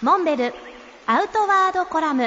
モンベルアウトワードコラム。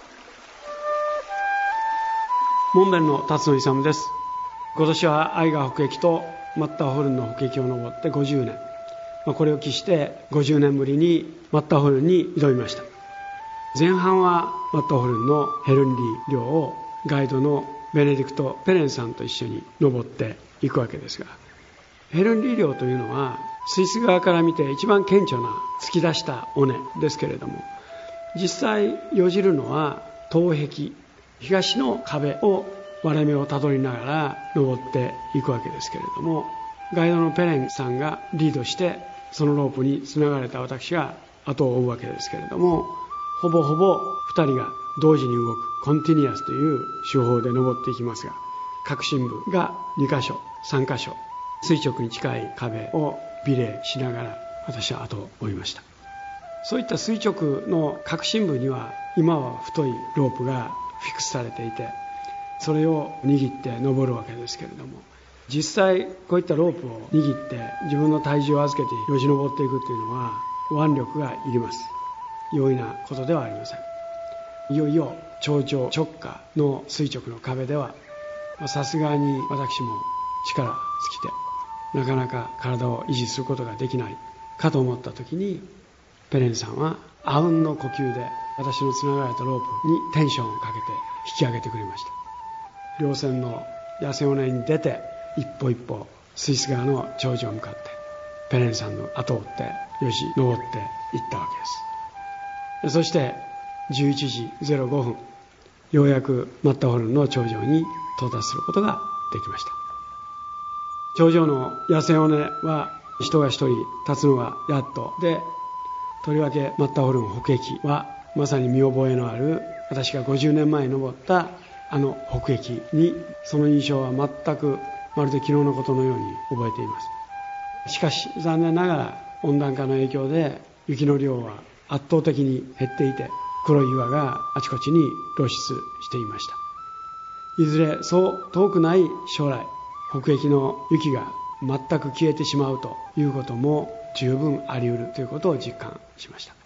モンベルの辰野勇です。今年はアイガー北駅とマッターホルンの北駅を登って50年、これを期して50年ぶりにマッターホルンに挑みました。前半はマッターホルンのヘルンリー領をガイドのベネディクト・ペレンさんと一緒に登っていくわけですが、ヘルンリー領というのはスイス側から見て一番顕著な突き出した尾根ですけれども、実際よじるのは東壁、東の壁を割れ目をたどりながら登っていくわけですけれども、ガイドのペレンさんがリードしてそのロープにつながれた私が後を追うわけですけれども、ほぼほぼ2人が同時に動くコンティニアスという手法で登っていきますが、核心部が2箇所3箇所垂直に近い壁をビレーしながら私は後を追いました。そういった垂直の核心部には今は太いロープがフィクスされていて、それを握って登るわけですけれども、実際こういったロープを握って自分の体重を預けてよじ登っていくというのは腕力がいります。容易なことではありません。いよいよ頂上直下の垂直の壁ではさすがに私も力尽きてなかなか体を維持することができないかと思った時に、ペレンさんはあうんの呼吸で私のつながれたロープにテンションをかけて引き上げてくれました。稜線の野戦尾根に出て一歩一歩スイス側の頂上に向かってペレンさんの後を追ってよじ登っていったわけです。そして11時05分、ようやくマッターホルンの頂上に到達することができました。頂上の野戦尾根は人が一人立つのがやっとで、とりわけマッターホルン北駅はまさに見覚えのある私が50年前に登ったあの北駅に、その印象は全くまるで昨日のことのように覚えています。しかし残念ながら温暖化の影響で雪の量は圧倒的に減っていて、黒い岩があちこちに露出していました。いずれそう遠くない将来、北駅の雪が全く消えてしまうということも十分あり得るということを実感しました。